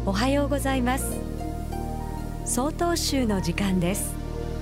おはようございます。曹洞宗の時間です。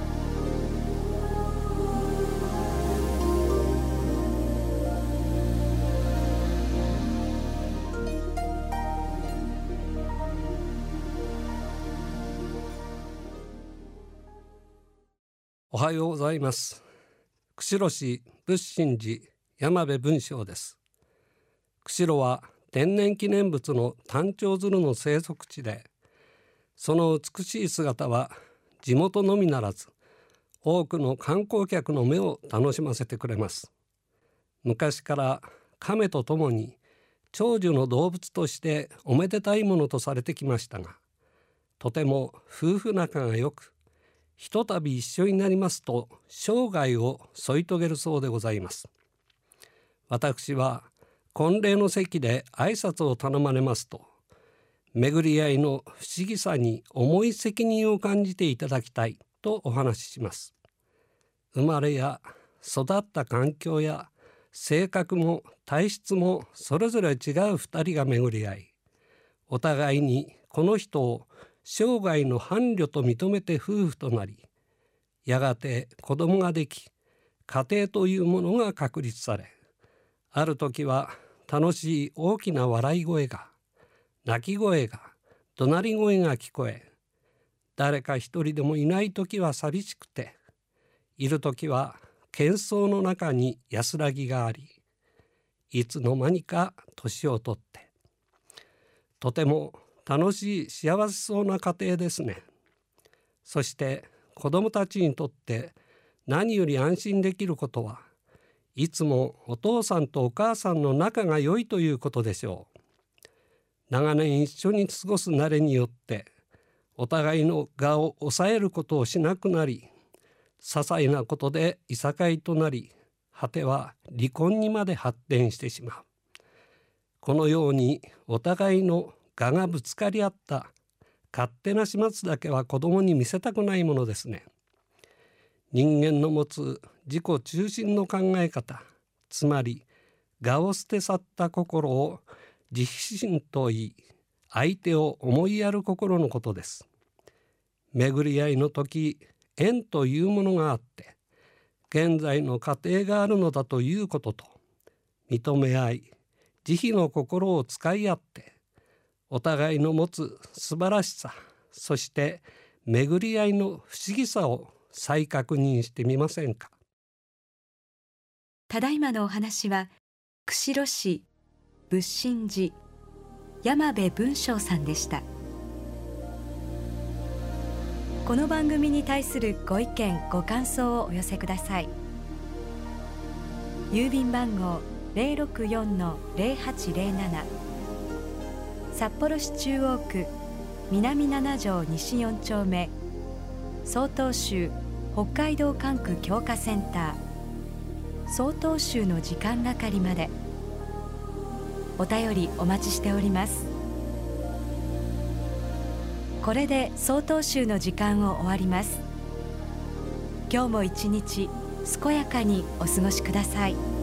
おはようございます。釧路市仏心寺山部文章です。釧路は天然記念物のタンチョウヅルの生息地で、その美しい姿は地元のみならず多くの観光客の目を楽しませてくれます。昔から亀とともに長寿の動物としておめでたいものとされてきましたが、とても夫婦仲が良く、ひとたび一緒になりますと生涯を添い遂げるそうでございます。私は婚礼の席で挨拶を頼まれますと、巡り合いの不思議さに重い責任を感じていただきたいとお話しします。生まれや育った環境や性格も体質もそれぞれ違う二人が巡り合い、お互いにこの人を生涯の伴侶と認めて夫婦となり、やがて子供ができ、家庭というものが確立され、ある時は楽しい大きな笑い声が、泣き声が、怒鳴り声が聞こえ、誰か一人でもいない時は寂しくて、いる時は喧騒の中に安らぎがあり、いつの間にか年をとって、とても楽しい幸せそうな家庭ですね。そして子どもたちにとって何より安心できることは、いつもお父さんとお母さんの仲が良いということでしょう。長年一緒に過ごす慣れによってお互いの我を抑えることをしなくなり、些細なことでいさかいとなり、果ては離婚にまで発展してしまう。このようにお互いの我がぶつかり合った勝手な始末だけは子供に見せたくないものですね。人間の持つ自己中心の考え方、つまり我を捨て去った心を慈悲心といい、相手を思いやる心のことです。巡り合いの時、縁というものがあって、現在の家庭があるのだということと、認め合い、慈悲の心を使い合って、お互いの持つ素晴らしさ、そして巡り合いの不思議さを再確認してみませんか。 ただいまのお話は、釧路市仏心寺山部文章さんでした。この番組に対するご意見ご感想をお寄せください。郵便番号 064-0807、 札幌市中央区南7条西4丁目、曹洞宗北海道管区教化センター曹洞宗の時間係まで。お便りお待ちしております。これで曹洞宗の時間を終わります。今日も一日健やかにお過ごしください。